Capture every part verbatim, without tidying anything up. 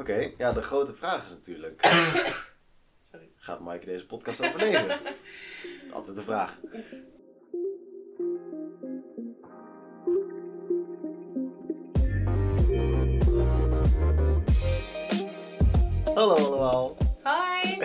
okay. Ja, de grote vraag is natuurlijk... Sorry. Gaat Maaike deze podcast overleven? Altijd de vraag. Hallo allemaal. Hi.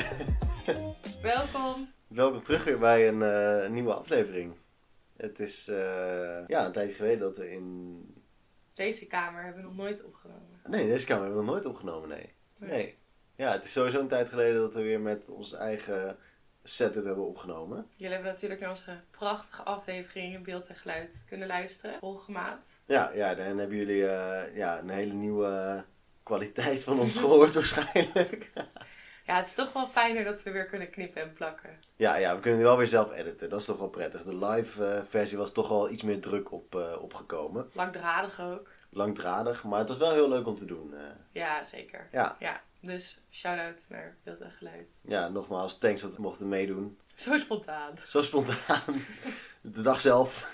Welkom. Welkom terug weer bij een, uh, een nieuwe aflevering. Het is uh, ja, een tijdje geleden dat we in... Deze kamer hebben we nog nooit opgenomen. Nee, deze kamer hebben we nog nooit opgenomen, nee. Nee. nee. Ja, het is sowieso een tijd geleden dat we weer met onze eigen setup hebben opgenomen. Jullie hebben natuurlijk naar onze prachtige aflevering in beeld en geluid kunnen luisteren. Volgemaat. Ja, ja, dan hebben jullie uh, ja, een hele nieuwe kwaliteit van ons gehoord waarschijnlijk. Ja, het is toch wel fijner dat we weer kunnen knippen en plakken. Ja, ja, we kunnen nu wel weer zelf editen. Dat is toch wel prettig. De live uh, versie was toch wel iets meer druk op, uh, opgekomen. Langdradig ook. Langdradig, maar het was wel heel leuk om te doen. Uh. Ja, zeker. Ja. ja. Dus shout-out naar beeld en geluid. Ja, nogmaals, thanks dat we mochten meedoen. Zo spontaan. Zo spontaan. De dag zelf.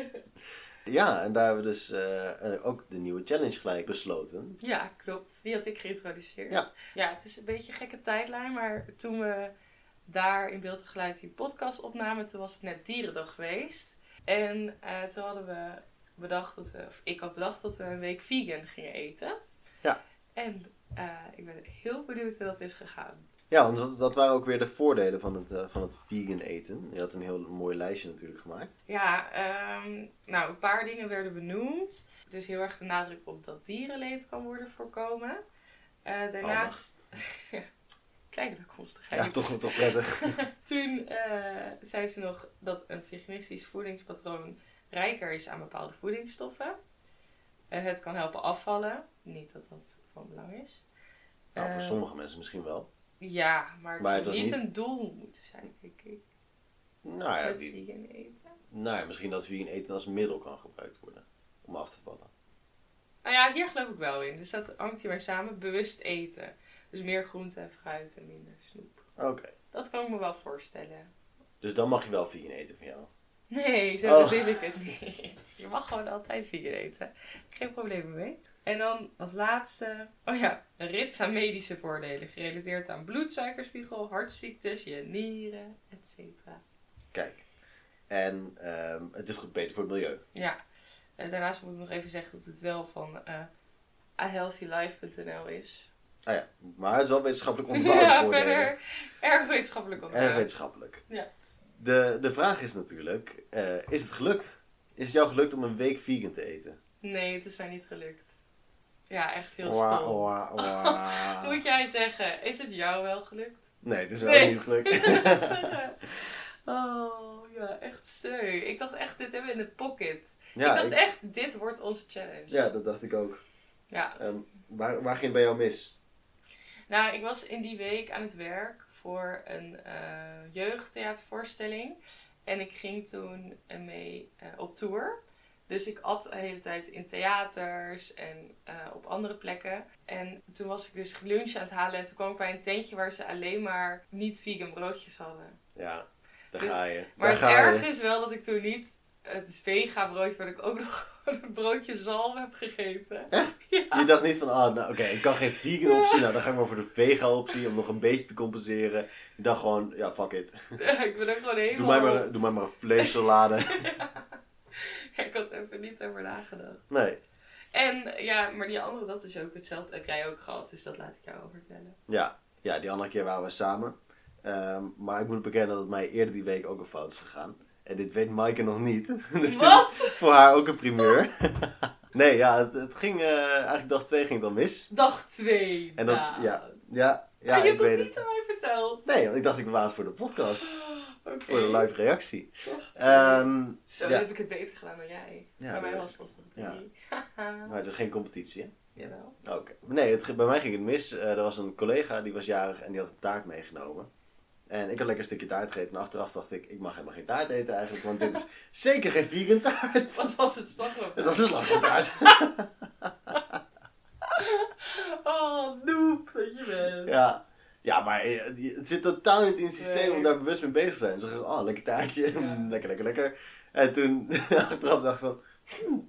Ja, en daar hebben we dus uh, ook de nieuwe challenge gelijk besloten. Ja, klopt. Die had ik geïntroduceerd. Ja. ja, het is een beetje een gekke tijdlijn, maar toen we daar in beeld en geluid die podcast opnamen, toen was het net Dierendag geweest. En uh, toen hadden we bedacht dat we, of ik had bedacht dat we een week vegan gingen eten. Ja. En uh, ik ben heel benieuwd hoe dat is gegaan. Ja, want dat, dat waren ook weer de voordelen van het, uh, van het vegan eten. Je had een heel mooi lijstje natuurlijk gemaakt. Ja, um, nou een paar dingen werden benoemd. Het is heel erg de nadruk op dat dierenleed kan worden voorkomen. Uh, daarnaast... ja, kleine bijkomstigheid. Ja, toch, toch prettig. Toen uh, zei ze nog dat een veganistisch voedingspatroon rijker is aan bepaalde voedingsstoffen. Uh, het kan helpen afvallen. Niet dat dat van belang is. Nou, voor Uh, sommige mensen misschien wel. Ja, maar het Maar zou het was niet, niet- een doel moeten zijn, denk ik. Nou ja, Het die, vegan eten. nou ja, misschien dat vegan eten als middel kan gebruikt worden. Om af te vallen. Nou ja, hier geloof ik wel in. Dus dat hangt hiermee samen. Bewust eten. Dus meer groente en fruit en minder snoep. Oké. Okay. Dat kan ik me wel voorstellen. Dus dan mag je wel vegan eten van jou. Nee, zo Oh. wil ik het niet. Je mag gewoon altijd vegan eten. Geen probleem mee. En dan als laatste... Oh ja, een rits aan medische voordelen. Gerelateerd aan bloedsuikerspiegel, hartziektes, je nieren, et cetera. Kijk. En um, het is goed beter voor het milieu. Ja. En daarnaast moet ik nog even zeggen dat het wel van uh, a healthy life punt n l is. Ah ja, maar het is wel wetenschappelijk onderbouwd Ja, voordelen. verder erg wetenschappelijk Erg onderbouwd. wetenschappelijk. Ja. De, de vraag is natuurlijk, uh, is het gelukt? Is het jou gelukt om een week vegan te eten? Nee, het is mij niet gelukt. Ja, echt heel Wah, stom. wah, wah. Moet jij zeggen, is het jou wel gelukt? Nee, het is wel Nee. niet gelukt. Zeggen. Oh, ja, echt sneu. Ik dacht echt, dit hebben we in de pocket. Ja, ik dacht ik- echt, dit wordt onze challenge. Ja, dat dacht ik ook. Ja, het- Um, waar, waar ging het bij jou mis? Nou, ik was in die week aan het werk voor een uh, jeugdtheatervoorstelling. En ik ging toen uh, mee uh, op tour. Dus ik at de hele tijd in theaters en uh, op andere plekken. En toen was ik dus lunch aan het halen. En toen kwam ik bij een tentje waar ze alleen maar niet-vegan broodjes hadden. Ja, daar Dus- ga je. Maar daar het ga erg je. is wel dat ik toen niet het vega broodje, maar dat ik ook nog een broodje zalm heb gegeten. Echt? Ja. Je dacht niet van, ah, nou oké, ik kan geen vegan optie. Nou, dan ga ik maar voor de vega optie om nog een beetje te compenseren. Je dacht gewoon, ja, fuck it. Ik ben er gewoon helemaal... Doe mij maar, doe mij maar een vleessalade. Ja, ik had er even niet over nagedacht. Nee. En ja, maar die andere, dat is ook hetzelfde. Heb jij ook gehad, dus dat laat ik jou vertellen. Ja, ja, die andere keer waren we samen. Um, maar ik moet bekennen dat het mij eerder die week ook een fout is gegaan. En dit weet Maaike nog niet. Dus Wat? dit is voor haar ook een primeur. Nee, ja, het, het ging, uh, eigenlijk dag twee ging het dan mis. Dag twee. En dat, nou. ja, ja, ja, Maar je ik hebt dat weet niet het. aan mij verteld. Nee, want ik dacht ik bewaar het voor de podcast. Oké. Voor de live reactie. Dag twee. Um, Zo, ja. heb ik het beter gedaan dan jij. Ja, bij mij dat- was het pas nog ja. drie. Maar het is geen competitie, hè? Jawel. Oké. Nee, het, bij mij ging het mis. Uh, er was een collega, die was jarig en die had een taart meegenomen. En ik had lekker een stukje taart gegeten. En achteraf dacht ik, ik mag helemaal geen taart eten eigenlijk. Want dit is zeker geen vegan taart. Wat was het slagroom? Het was een slagroomtaart. Oh, noob dat je bent. Ja. Ja, maar eh, het zit totaal niet in het systeem Nee. om daar bewust mee bezig te zijn. Ze zeggen, oh, lekker taartje. Ja. Mm, lekker, lekker, lekker. En toen achteraf dacht ik van, hmm,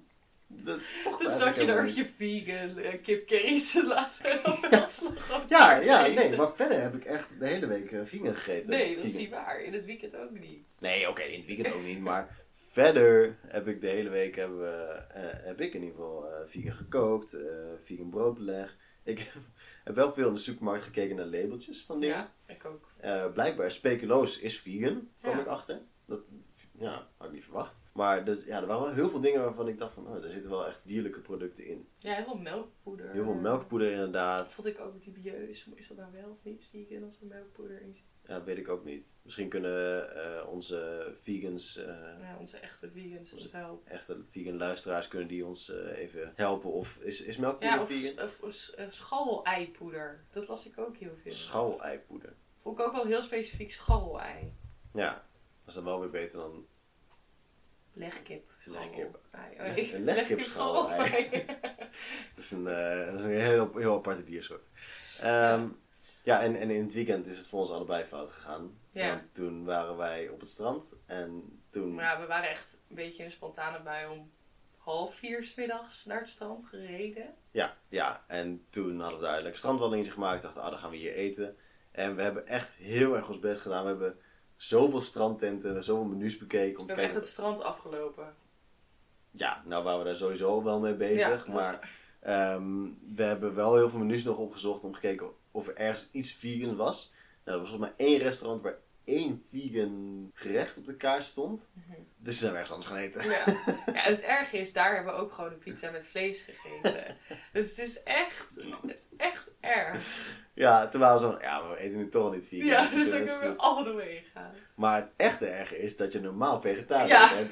Dat mocht Dus eigenlijk zat je helemaal er ook niet. je vegan uh, kip curry's te laten of wel slag op Ja, taart ja, eten? nee, maar verder heb ik echt de hele week uh, vegan gegeten. Nee, dat is Vegan. niet waar. In het weekend ook niet. Nee, oké, okay, in het weekend ook niet, maar verder heb ik de hele week hebben we, uh, heb ik in ieder geval uh, vegan gekookt, uh, vegan broodbeleg. Ik heb, heb wel veel in de supermarkt gekeken naar labeltjes van dingen. Ja, ik ook. Uh, blijkbaar speculoos is vegan, kwam Ja. ik achter. Dat ja, had ik niet verwacht. Maar dus, ja, er waren wel heel veel dingen waarvan ik dacht van, oh, er zitten wel echt dierlijke producten in. Ja, heel veel melkpoeder. Heel veel melkpoeder inderdaad. Dat vond ik ook dubieus. Is dat nou wel of niet vegan als er melkpoeder in zit? Ja, weet ik ook niet. Misschien kunnen uh, onze vegans, uh, Ja, onze echte vegans ons helpen. echte vegan luisteraars, kunnen die ons uh, even helpen. Of is, is melkpoeder Ja, of, vegan? of, of uh, scharrel-eipoeder. Dat las ik ook heel veel. Scharrel-eipoeder. Vond ik ook wel heel specifiek scharrel-ei. Ja, dat is dan wel weer beter dan Legkip. legkip. Oh, nee. Een legkip scharrel-ei. Dat is een, uh, dat is een heel, heel aparte diersoort. Um, ja. Ja, en, en in het weekend is het voor ons allebei fout gegaan. Ja. Want toen waren wij op het strand en toen... Maar ja, we waren echt een beetje een spontane bui om half vier 's middags naar het strand gereden. Ja, ja, en toen hadden we daar een lekker strandwandelingetje gemaakt. Dachten, ah, dan gaan we hier eten. En we hebben echt heel erg ons best gedaan. We hebben zoveel strandtenten, zoveel menus bekeken. Om We te hebben echt kijken... het strand afgelopen. Ja, nou waren we daar sowieso wel mee bezig. Ja, maar um, we hebben wel heel veel menus nog opgezocht om gekeken of er ergens iets vegan was. Nou, er was volgens mij één restaurant waar één vegan gerecht op de kaart stond. Mm-hmm. Dus toen zijn we ergens anders gaan eten. Ja. Ja, het erge is, daar hebben we ook gewoon een pizza met vlees gegeten. Dus het is echt, het is echt erg. Ja, toen waren we zo van, ja, we eten nu toch al niet vegan. Ja, dus dus dat dan is kunnen we goed. all the way gaan. Maar het echte erge is dat je normaal vegetariër Ja. bent.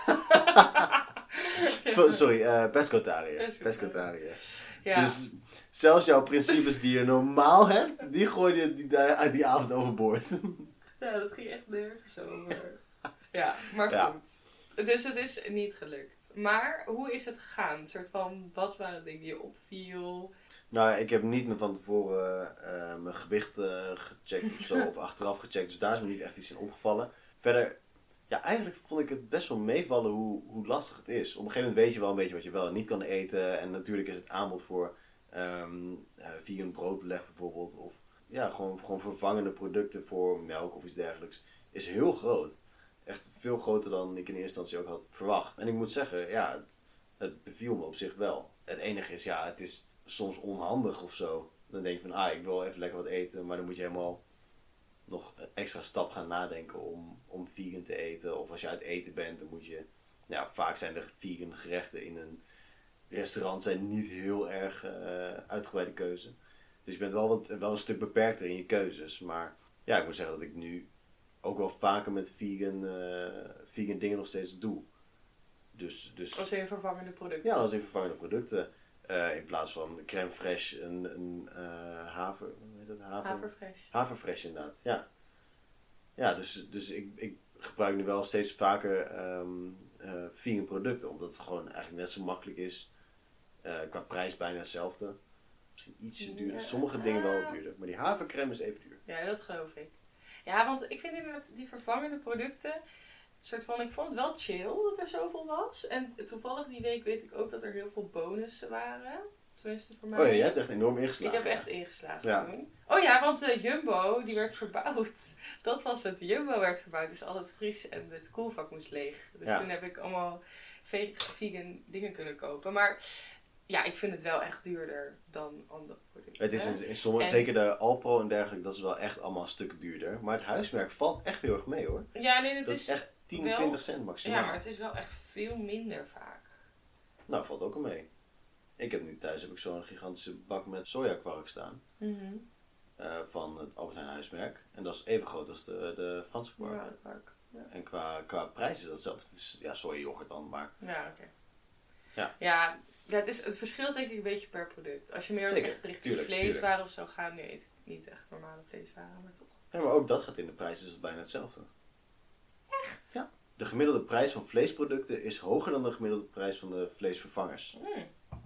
Sorry, uh, pescotariër. Pescotariër. Pescotariër. Ja. Dus zelfs jouw principes die je normaal hebt, die gooi je die, die, die avond overboord. Ja, dat ging echt nergens over. Ja, maar Ja. goed. Dus het is niet gelukt. Maar hoe is het gegaan? Een soort van, wat waren de dingen die je opviel? Nou, ik heb niet meer van tevoren uh, mijn gewicht uh, gecheckt of zo, of achteraf gecheckt. Dus daar is me niet echt iets in opgevallen. Verder, ja, eigenlijk vond ik het best wel meevallen hoe, hoe lastig het is. Op een gegeven moment weet je wel een beetje wat je wel en niet kan eten. En natuurlijk is het aanbod voor um, uh, vegan broodbeleg bijvoorbeeld, of ja, gewoon, gewoon vervangende producten voor melk of iets dergelijks, is heel groot. Echt veel groter dan ik in eerste instantie ook had verwacht. En ik moet zeggen, ja, het, het beviel me op zich wel. Het enige is, ja, het is soms onhandig of zo. Dan denk je van, ah, ik wil even lekker wat eten, maar dan moet je helemaal nog een extra stap gaan nadenken om, om vegan te eten. Of als je uit eten bent, dan moet je, ja, vaak zijn de vegan gerechten in een restaurant zijn niet heel erg uh, uitgebreide keuze. Dus je bent wel, wat, wel een stuk beperkter in je keuzes. Maar ja, ik moet zeggen dat ik nu ook wel vaker met vegan, uh, vegan dingen nog steeds doe. Dus, dus, Als in vervangende producten? ja, als in vervangende producten. Uh, in plaats van crème fraîche, een, een uh, haver... Hoe heet dat? Haver? Haverfresh. Haverfresh inderdaad, ja. Ja, dus, dus ik, ik gebruik nu wel steeds vaker um, uh, vegan producten. Omdat het gewoon eigenlijk net zo makkelijk is. Uh, qua prijs bijna hetzelfde. Misschien ietsje duurder. Sommige dingen wel duurder. Maar die havercrème is even duur. Ja, dat geloof ik. Ja, want ik vind inderdaad die vervangende producten, soort van, ik vond het wel chill dat er zoveel was. En toevallig die week weet ik ook dat er heel veel bonussen waren. Tenminste voor mij. Oh ja, jij hebt echt enorm ingeslagen. Ik heb ja. echt ingeslagen Ja. toen. Oh ja, want de Jumbo, die werd verbouwd. Dat was het. De Jumbo werd verbouwd. Dus al het vries en het koelvak moest leeg. Dus Ja. toen heb ik allemaal ve- vegan dingen kunnen kopen. Maar ja, ik vind het wel echt duurder dan andere producten. Het is in, in sommige, En- zeker de Alpro en dergelijke, dat is wel echt allemaal een stuk duurder. Maar het huismerk valt echt heel erg mee hoor. Ja, nee, het Dat is... is echt tien, wel- twintig cent maximaal. Ja, maar het is wel echt veel minder vaak. Nou, valt ook al mee. Ik heb nu thuis heb ik zo'n gigantische bak met sojakwark staan. Mhm. Uh, van het Albert Heijn huismerk. En dat is even groot als de, de Franse kwark. Ja, dat vaak. Ja, En qua, qua prijs is dat hetzelfde. Het is ja, sojayoghurt dan, maar ja oké. Ja. Ja, ja, het, is, het verschilt denk ik een beetje per product. Als je meer Zeker, echt richting tuurlijk, vleeswaren tuurlijk. of zo gaat, nu eet ik niet echt normale vleeswaren, maar toch. ja, maar ook dat gaat in de prijs, is het bijna hetzelfde. Echt? Ja. De gemiddelde prijs van vleesproducten is hoger dan de gemiddelde prijs van de vleesvervangers. Hmm.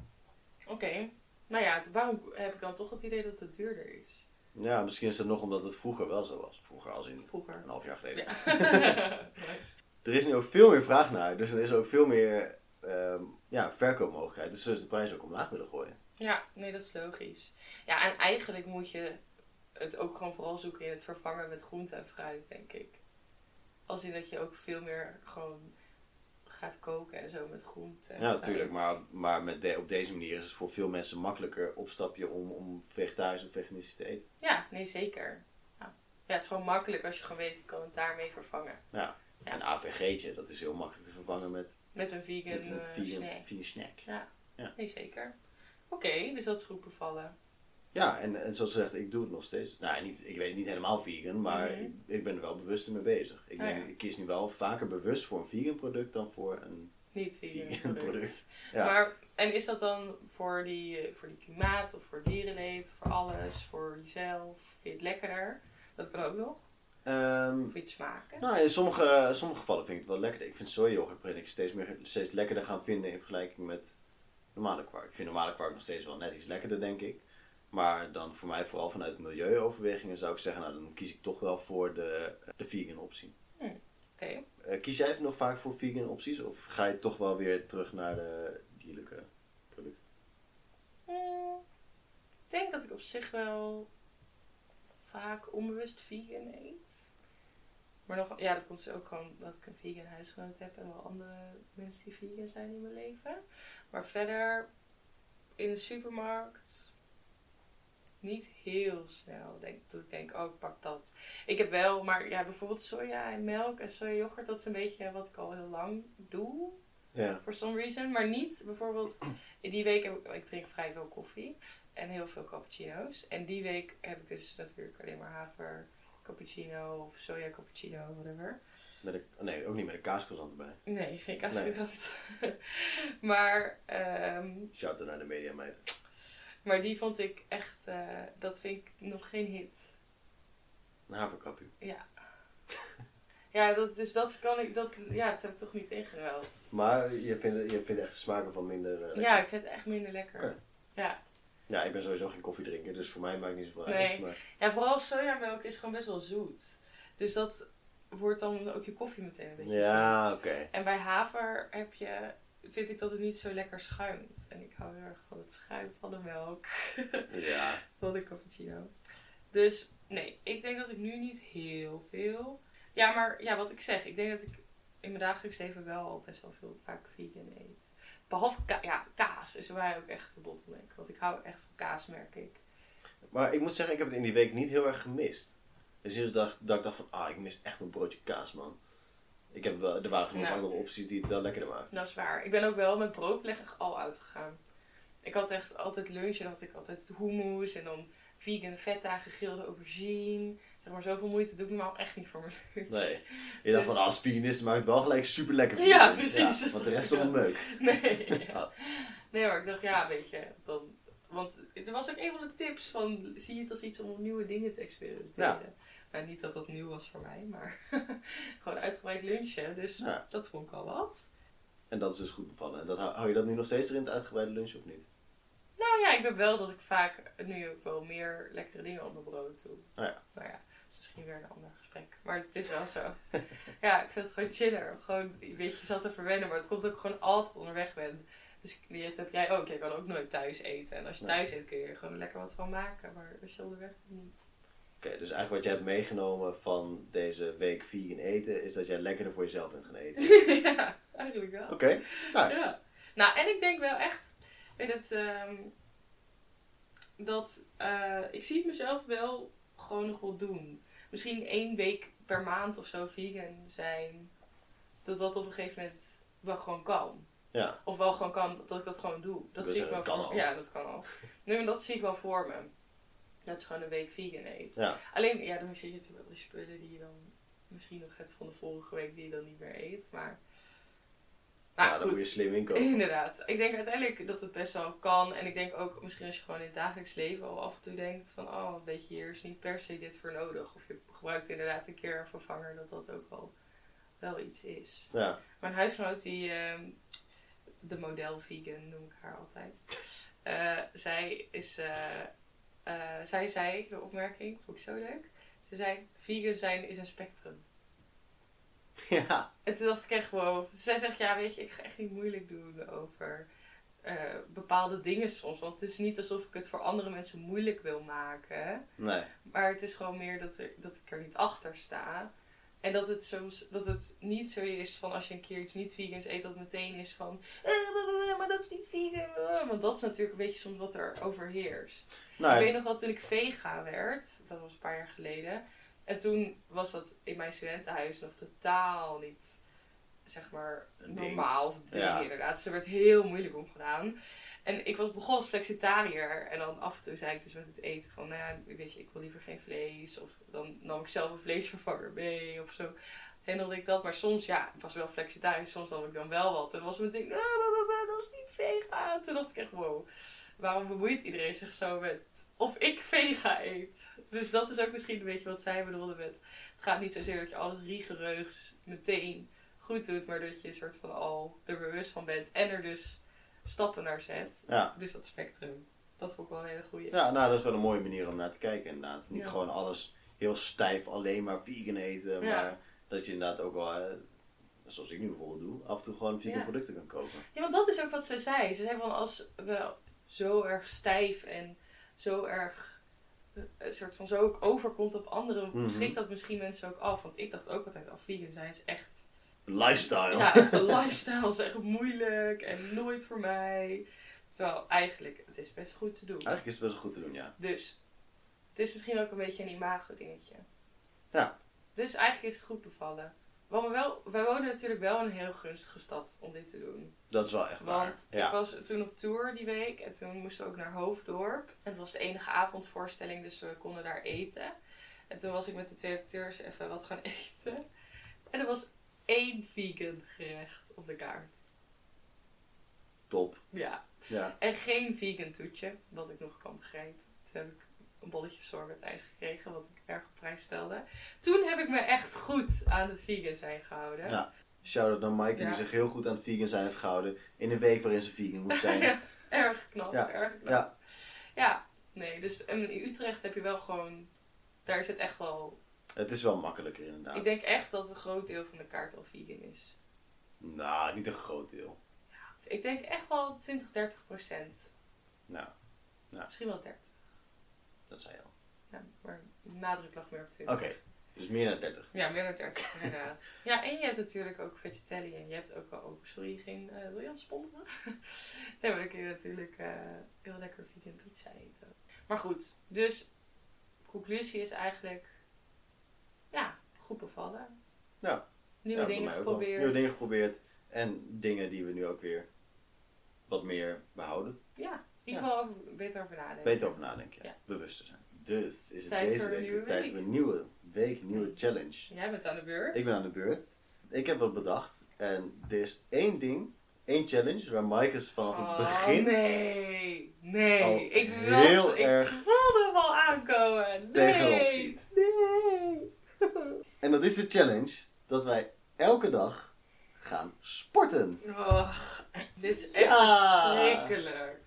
Oké. Nou ja, t- waarom heb ik dan toch het idee dat het duurder is? Ja, misschien is het nog omdat het vroeger wel zo was. Vroeger als in Vroeger. een half jaar geleden. Ja. Nice. Er is nu ook veel meer vraag naar, dus er is ook veel meer um, ja, verkoopmogelijkheid. Dus zullen ze de prijs ook omlaag willen gooien. Ja, nee, dat is logisch. Ja, en eigenlijk moet je het ook gewoon vooral zoeken in het vervangen met groente en fruit, denk ik. Als in dat je ook veel meer gewoon gaat koken en zo met groente. Ja, natuurlijk. Maar, maar met de, op deze manier is het voor veel mensen makkelijker opstapje om, om vegetarisch of veganistisch te eten. Ja, nee, zeker. Ja. ja, het is gewoon makkelijk als je gewoon weet, ik kan het daarmee vervangen. Ja, ja. Een A V G'tje, dat is heel makkelijk te vervangen met, met een vegan, met een vegan, snack. vegan snack. Ja, ja. nee, zeker. Oké, okay, dus dat is goed bevallen. Ja, en, en zoals gezegd, ik doe het nog steeds. Nou, niet, ik weet het niet helemaal vegan, maar mm-hmm. ik, ik ben er wel bewust mee bezig. Ik, denk, oh, ja. ik kies nu wel vaker bewust voor een vegan product dan voor een niet vegan, vegan product. product. Ja. Maar, en is dat dan voor die, voor die klimaat of voor dierenleed, voor alles, voor jezelf? Vind je het lekkerder? Dat kan ook nog. Um, of iets smaken? Nou, in sommige, sommige gevallen vind ik het wel lekkerder. Ik vind sojayoghurt ben ik steeds, meer, steeds lekkerder gaan vinden in vergelijking met normale kwark. Ik vind normale kwark nog steeds wel net iets lekkerder, denk ik. Maar dan voor mij, vooral vanuit milieuoverwegingen, zou ik zeggen, nou dan kies ik toch wel voor de, de vegan optie. Hmm, Oké. Okay. Uh, kies jij even nog vaak voor vegan opties? Of ga je toch wel weer terug naar de dierlijke producten? Hmm, ik denk dat ik op zich wel vaak onbewust vegan eet. Maar nog, ja, dat komt dus ook gewoon dat ik een vegan huisgenoot heb en wel andere mensen die vegan zijn in mijn leven. Maar verder, in de supermarkt, niet heel snel. Denk, dat ik denk, oh, ik pak dat. Ik heb wel, maar ja, bijvoorbeeld soja en melk en sojayoghurt, dat is een beetje wat ik al heel lang doe. Ja. For some reason. Maar niet, bijvoorbeeld, in die week heb ik, ik drink vrij veel koffie en heel veel cappuccino's. En die week heb ik dus natuurlijk alleen maar haver cappuccino of soja cappuccino, whatever. Met een, nee, ook niet met een kaascroissant erbij. Nee, geen kaascroissant. Nee. maar... Um, Shout-out naar de media meiden. Maar die vond ik echt, uh, dat vind ik nog geen hit. Een haverkappie. Ja. ja, dat, dus dat kan ik, dat, ja, dat heb ik toch niet ingeruild. Maar je vindt, je vindt echt de smaken van minder uh, lekker? Ja, ik vind het echt minder lekker. Okay. Ja. Ja, ik ben sowieso geen koffiedrinker, dus voor mij maakt het niet zoveel nee. uit. Maar... Ja, vooral sojamelk is gewoon best wel zoet. Dus dat wordt dan ook je koffie meteen een beetje ja, zoet. oké. Okay. En bij haver heb je... vind ik dat het niet zo lekker schuimt. En ik hou heel erg van het schuim van de melk. ja. Van de cappuccino. Dus nee, ik denk dat ik nu niet heel veel... Ja, maar ja, wat ik zeg. Ik denk dat ik in mijn dagelijks leven wel al best wel veel vaak vegan eet. Behalve ka- ja, kaas is voor mij ook echt de bottleneck. Want ik hou echt van kaas, merk ik. Maar ik moet zeggen, ik heb het in die week niet heel erg gemist. Dus dat, dat ik dacht van, ah, ik mis echt mijn broodje kaas, man. Ik heb wel, er waren genoeg nou, andere opties die het wel lekkerder maakten. Dat is waar. Ik ben ook wel met broodbeleg al uitgegaan. Ik had echt altijd lunch en had ik altijd hummus en dan vegan feta, gegrilde aubergine. Zeg maar, zoveel moeite doe ik normaal echt niet voor mijn lunch. Nee. Je dacht dus... van, als veganist maakt het wel gelijk super lekker. Ja, precies. Ja, want de rest is allemaal meuk. Nee. Ja. Nee, maar ik dacht, ja, weet je, dan... Want er was ook een van de tips van, zie je het als iets om nieuwe dingen te experimenteren. Ja. Nou, niet dat dat nieuw was voor mij, maar gewoon uitgebreid lunchen. Dus ja. Dat vond ik al wat. En dat is dus goed bevallen. En dat, hou je dat nu nog steeds erin, het uitgebreide lunchen, of niet? Nou ja, ik ben wel dat ik vaak nu ook wel meer lekkere dingen op mijn brood doe. Oh ja. Nou ja, dat is misschien weer een ander gesprek. Maar het is wel zo. Ja, ik vind het gewoon chiller. Gewoon, weet je, je zal het even wennen, maar het komt ook gewoon altijd onderweg ben. Dus dat heb jij ook. Jij kan ook nooit thuis eten. En als je thuis eet kun je er gewoon lekker wat van maken. Maar als je onderweg bent, niet. Oké, okay, dus eigenlijk wat jij hebt meegenomen van deze week vegan eten, is dat jij lekkerder voor jezelf bent gaan eten. Ja, eigenlijk wel. Oké. Okay. Nou. Ja. Nou, en ik denk wel echt, weet het, um, dat uh, ik zie het mezelf wel gewoon nog wel doen. Misschien één week per maand of zo vegan zijn. Dat dat op een gegeven moment wel gewoon kan. Ja. Of wel gewoon kan, dat ik dat gewoon doe. Dat dus zie ik wel kan voor al. Ja, dat kan al. Nee, maar dat zie ik wel voor me. Dat je gewoon een week vegan eet. Ja. Alleen, ja, dan zit je natuurlijk wel die spullen die je dan misschien nog hebt van de vorige week die je dan niet meer eet. Maar, nou, ja, goed. Dan moet je slim inkomen. Inderdaad. Ik denk uiteindelijk dat het best wel kan. En ik denk ook misschien als je gewoon in het dagelijks leven al af en toe denkt van, oh, weet je, hier is niet per se dit voor nodig. Of je gebruikt inderdaad een keer een vervanger, dat dat ook wel, wel iets is. Ja. Mijn huisgenoot die... Um, de model vegan noem ik haar altijd. Uh, zij is, uh, uh, zij zei, de opmerking, vond ik zo leuk. Ze zei, vegan zijn is een spectrum. Ja. En toen dacht ik echt, wow. Zij zegt, ja, weet je, ik ga echt niet moeilijk doen over uh, bepaalde dingen soms. Want het is niet alsof ik het voor andere mensen moeilijk wil maken. Nee. Maar het is gewoon meer dat, er, dat ik er niet achter sta. En dat het, soms, dat het niet zo is van als je een keer iets niet vegans eet, dat het meteen is van, eh, maar dat is niet vegan. Want dat is natuurlijk een beetje soms wat er overheerst. Nee. Ik weet nog wel, toen ik vega werd, dat was een paar jaar geleden. En toen was dat in mijn studentenhuis nog totaal niet, zeg maar, normaal. Of ding, ja. Inderdaad. Dus er werd heel moeilijk om gedaan. En ik was begonnen als flexitariër. En dan af en toe zei ik dus met het eten van, nou ja, weet je, ik wil liever geen vlees. Of dan nam ik zelf een vleesvervanger mee of zo. Handelde ik dat. Maar soms, ja, ik was wel flexitariër. Soms nam ik dan wel wat. En dan was het meteen, ah, dat is niet vega. Toen dacht ik echt, wow. Waarom bemoeit iedereen zich zo met of ik vega eet? Dus dat is ook misschien een beetje wat zij bedoelde met, het gaat niet zozeer dat je alles rigoureus meteen goed doet, maar dat je een soort van al er bewust van bent en er dus stappen naar zet. Ja. Dus dat spectrum. Dat vond ik wel een hele goeie. Ja, nou dat is wel een mooie manier om naar te kijken inderdaad. Niet ja. gewoon alles heel stijf alleen maar vegan eten, maar ja. dat je inderdaad ook wel, hè, zoals ik nu bijvoorbeeld doe, af en toe gewoon vegan ja. producten kan kopen. Ja, want dat is ook wat ze zei. Ze zei van als we zo erg stijf en zo erg een soort van zo ook overkomt op anderen, mm-hmm. schrikt dat misschien mensen ook af. Want ik dacht ook altijd, al vegan zijn is echt lifestyle. Ja, echt een lifestyle is echt moeilijk en nooit voor mij. Terwijl eigenlijk, het is best goed te doen. Eigenlijk is het best wel goed te doen, ja. Dus, het is misschien ook een beetje een imago dingetje. Ja. Dus eigenlijk is het goed bevallen. We wel, wij wonen natuurlijk wel in een heel gunstige stad om dit te doen. Dat is wel echt waar. Want ja. ik was toen op tour die week en toen moesten we ook naar Hoofddorp. En het was de enige avondvoorstelling, dus we konden daar eten. En toen was ik met de twee acteurs even wat gaan eten. En er was één vegan gerecht op de kaart. Top. Ja. ja. En geen vegan toetje, wat ik nog kan begrijpen. Toen heb ik een bolletje sorbet ijs gekregen, wat ik erg op prijs stelde. Toen heb ik me echt goed aan het vegan zijn gehouden. Ja. Shout-out naar Maaike, ja. die zich heel goed aan het vegan zijn heeft gehouden. In een week waarin ze vegan moest zijn. ja, erg knap, ja. erg knap. Ja. ja, nee, dus in Utrecht heb je wel gewoon, daar is het echt wel... Het is wel makkelijker inderdaad. Ik denk echt dat een groot deel van de kaart al vegan is. Nou, niet een groot deel. Ja, ik denk echt wel twintig, dertig procent. Nou, nou. Misschien wel dertig. Dat zei je al. Ja, maar de nadruk lag meer op twintig. Oké, okay, dus meer dan dertig. Ja, meer dan dertig, inderdaad. Ja, en je hebt natuurlijk ook vegetarian. Je hebt ook wel, oh, sorry, geen, uh, wil je ons sponsoren? Nee, maar dan kun je natuurlijk uh, heel lekker vegan pizza eten. Maar goed, dus conclusie is eigenlijk, ja, goed bevallen. Ja. Nieuwe ja, dingen geprobeerd. Nieuwe dingen geprobeerd. En dingen die we nu ook weer wat meer behouden. Ja, in ieder geval ja. beter over nadenken. Beter over nadenken, ja. Bewuster zijn. Dus is het tijd deze week weer tijd voor een nieuwe week, een nieuwe challenge. Jij bent aan de beurt. Ik ben aan de beurt. Ik heb wat bedacht. En er is één ding, één challenge, waar Maaike vanaf oh, het begin... nee, nee. Al ik heel was, erg ik voelde hem al aankomen. Nee, tegenop ziet. Nee. En dat is de challenge dat wij elke dag gaan sporten. Oh, dit is echt ja. verschrikkelijk.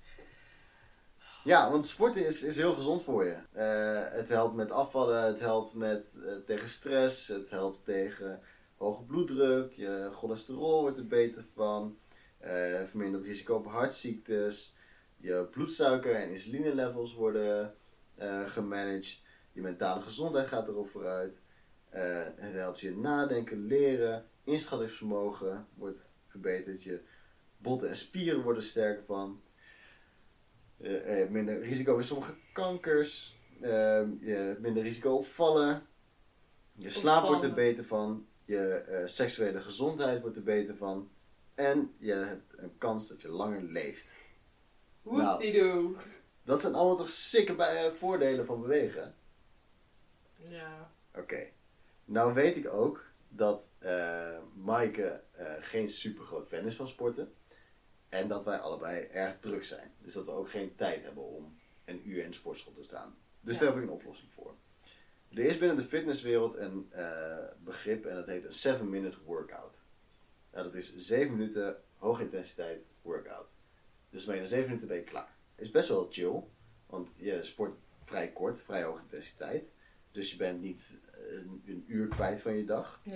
Ja, want sporten is, is heel gezond voor je. Uh, het helpt met afvallen, het helpt met, uh, tegen stress, het helpt tegen hoge bloeddruk, je cholesterol wordt er beter van, uh, vermindert risico op hartziektes, je bloedsuiker en insuline levels worden uh, gemanaged, je mentale gezondheid gaat erop vooruit, uh, het helpt je nadenken, leren, inschattingsvermogen wordt verbeterd, je botten en spieren worden sterker van. Uh, uh, minder risico bij sommige kankers. Uh, je hebt minder risico op vallen. Je slaap wordt er beter van. Je uh, seksuele gezondheid wordt er beter van. En je hebt een kans dat je langer leeft. Woepiedoe. Nou, dat zijn allemaal toch sikke bij, uh, voordelen van bewegen? Ja. Oké. Okay. Nou weet ik ook dat uh, Maaike uh, geen super groot fan is van sporten. En dat wij allebei erg druk zijn. Dus dat we ook geen tijd hebben om een uur in de sportschool te staan. Dus ja. Daar heb ik een oplossing voor. Er is binnen de fitnesswereld een uh, begrip en dat heet een seven minute workout. Nou, dat is zeven minuten hoogintensiteit workout. Dus ben je na zeven minuten ben je klaar. Is best wel chill, want je sport vrij kort, vrij hoge intensiteit. Dus je bent niet een, een uur kwijt van je dag. Ja.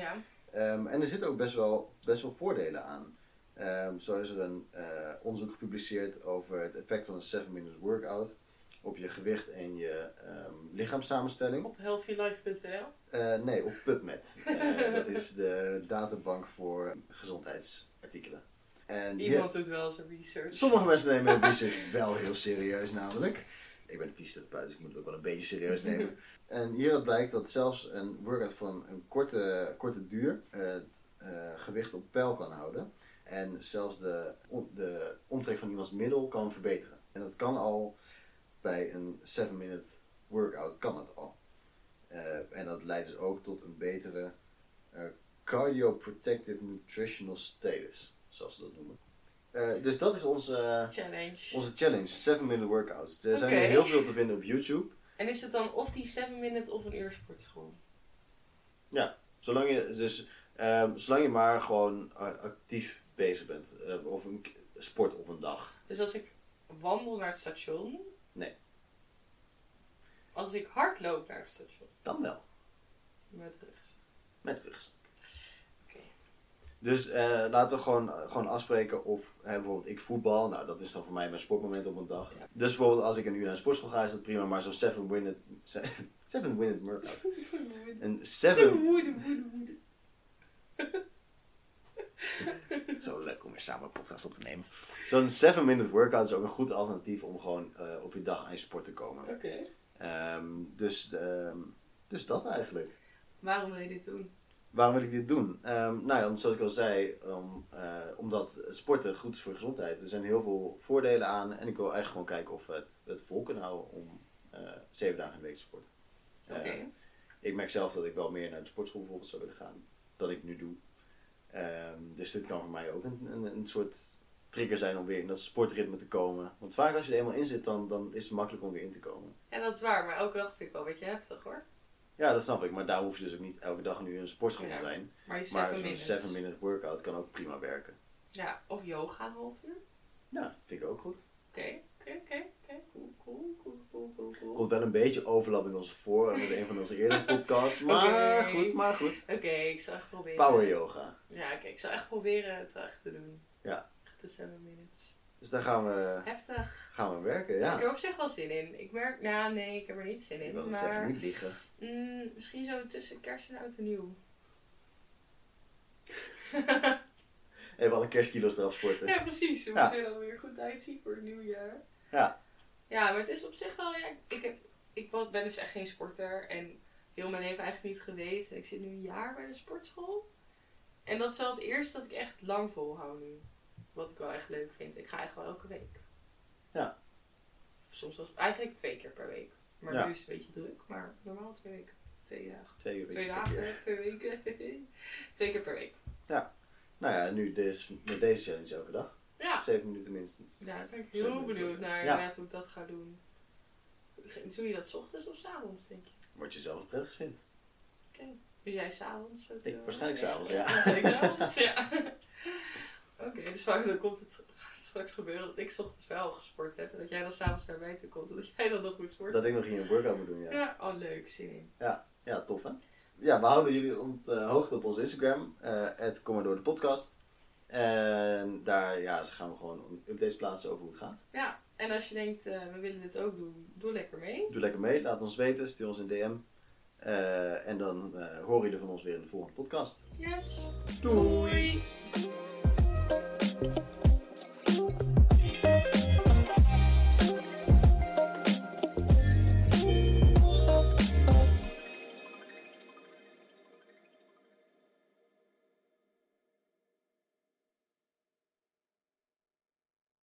Um, en er zitten ook best wel, best wel voordelen aan. Um, zo is er een uh, onderzoek gepubliceerd over het effect van een seven minute workout op je gewicht en je um, lichaamssamenstelling. Op healthy life punt n l? Uh, nee, op PubMed. Uh, dat is de databank voor gezondheidsartikelen. En Iemand hier, doet wel zijn research. sommige mensen nemen hun research wel heel serieus namelijk. Ik ben fysiotherapeut, dus ik moet het ook wel een beetje serieus nemen. En hieruit blijkt dat zelfs een workout van een korte, korte duur het uh, gewicht op peil kan houden. En zelfs de, de omtrek van iemands middel kan verbeteren. En dat kan al bij een seven minute workout kan het al. Uh, en dat leidt dus ook tot een betere uh, cardioprotective nutritional status, zoals ze dat noemen. Uh, dus dat is onze challenge. Onze challenge, seven minute workouts. Er zijn okay. er heel veel te vinden op YouTube. En is het dan of die seven minute of een uur sportschool? Ja, zolang je, dus, um, zolang je maar gewoon uh, actief bezig bent. Uh, of een sport op een dag. Dus als ik wandel naar het station? Nee. Als ik hardloop naar het station? Dan wel. Met rugzak. Met rugzak. Oké. Okay. Dus uh, laten we gewoon, uh, gewoon afspreken of uh, bijvoorbeeld ik voetbal. Nou, dat is dan voor mij mijn sportmoment op een dag. Ja. Dus bijvoorbeeld als ik een uur naar de sportschool ga is dat prima. Maar zo'n seven minute seven minute workout. Een seven... Zo leuk om weer samen een podcast op te nemen. Zo'n seven minute workout is ook een goed alternatief om gewoon uh, op je dag aan je sport te komen. Oké. Okay. Um, dus, um, dus dat eigenlijk. Waarom wil je dit doen? Waarom wil ik dit doen? Um, nou ja, zoals ik al zei, um, uh, omdat sporten goed is voor gezondheid. Er zijn heel veel voordelen aan en ik wil eigenlijk gewoon kijken of we het, het vol kunnen houden om uh, zeven dagen in de week te sporten. Oké. Okay. Uh, ik merk zelf dat ik wel meer naar de sportschool bijvoorbeeld zou willen gaan dan ik nu doe. Um, dus dit kan voor mij ook een, een, een soort trigger zijn om weer in dat sportritme te komen. Want vaak als je er eenmaal in zit, dan, dan is het makkelijk om weer in te komen. Ja, dat is waar, maar elke dag vind ik wel een beetje heftig hoor. Ja, dat snap ik, maar daar hoef je dus ook niet elke dag nu in een sportschool ja, te zijn. Maar, die maar zo'n seven minute workout kan ook prima werken. Ja, of yoga een half uur. Ja, vind ik ook goed. Oké, oké, oké, oké, cool, cool, cool, cool, cool, cool. Komt wel een beetje overlap met onze voor, met een van onze eerdere podcasts, maar okay. goed, maar goed. Oké, okay, ik zal echt proberen. Power yoga. Ja, oké, okay, ik zal echt proberen het echt te doen. Ja. Echt de seven minutes. Dus daar gaan we... Heftig. Gaan we werken, ja. Ik heb er op zich wel zin in. Ik merk, nou nee, ik heb er niet zin in. Ik wil het maar, zeggen, niet liegen. Mm, misschien zo tussen kerst en oud en nieuw. Even alle kerstkilo's eraf sporten. Ja, precies. We ja. moeten er dan weer goed uitzien voor het nieuwe jaar. Ja. Ja, maar het is op zich wel, ja, ik, heb, ik ben dus echt geen sporter en heel mijn leven eigenlijk niet geweest. En ik zit nu een jaar bij de sportschool. En dat is wel het eerste dat ik echt lang volhoud nu. Wat ik wel echt leuk vind. Ik ga echt wel elke week. Ja. Soms was het eigenlijk twee keer per week. Maar ja. nu is het een beetje druk. Maar normaal twee weken. Twee dagen. Twee, weken twee dagen, twee weken. Twee keer per week. Ja. Nou ja, nu dus met deze challenge elke dag. Ja. Zeven minuten minstens. Ja, daar ben ik heel benieuwd naar ja. hoe ik dat ga doen. Doe je dat 's ochtends of 's avonds, denk je? Wat je zelf het prettigst vindt. Oké. Okay. Dus jij 's avonds? Ik waarschijnlijk 's avonds, ja. Waarschijnlijk 's avonds, ja. Oké, okay, dus vaak dan komt het straks gebeuren dat ik 's ochtends wel gesport heb. En dat jij dan 's avonds naar mij toe komt en dat jij dan nog moet sporten. Dat ik nog hier een workout moet doen, ja. Ja, oh leuk, zin in. Ja, ja, tof hè. Ja, we houden jullie op de hoogte op onze Instagram. Het uh, Kom maar door de podcast. En daar ja, gaan we gewoon updates plaatsen over hoe het gaat. Ja, en als je denkt, uh, we willen dit ook doen, doe lekker mee. Doe lekker mee, laat ons weten, stuur ons een D M. Uh, en dan uh, horen jullie van ons weer in de volgende podcast. Yes. Doei.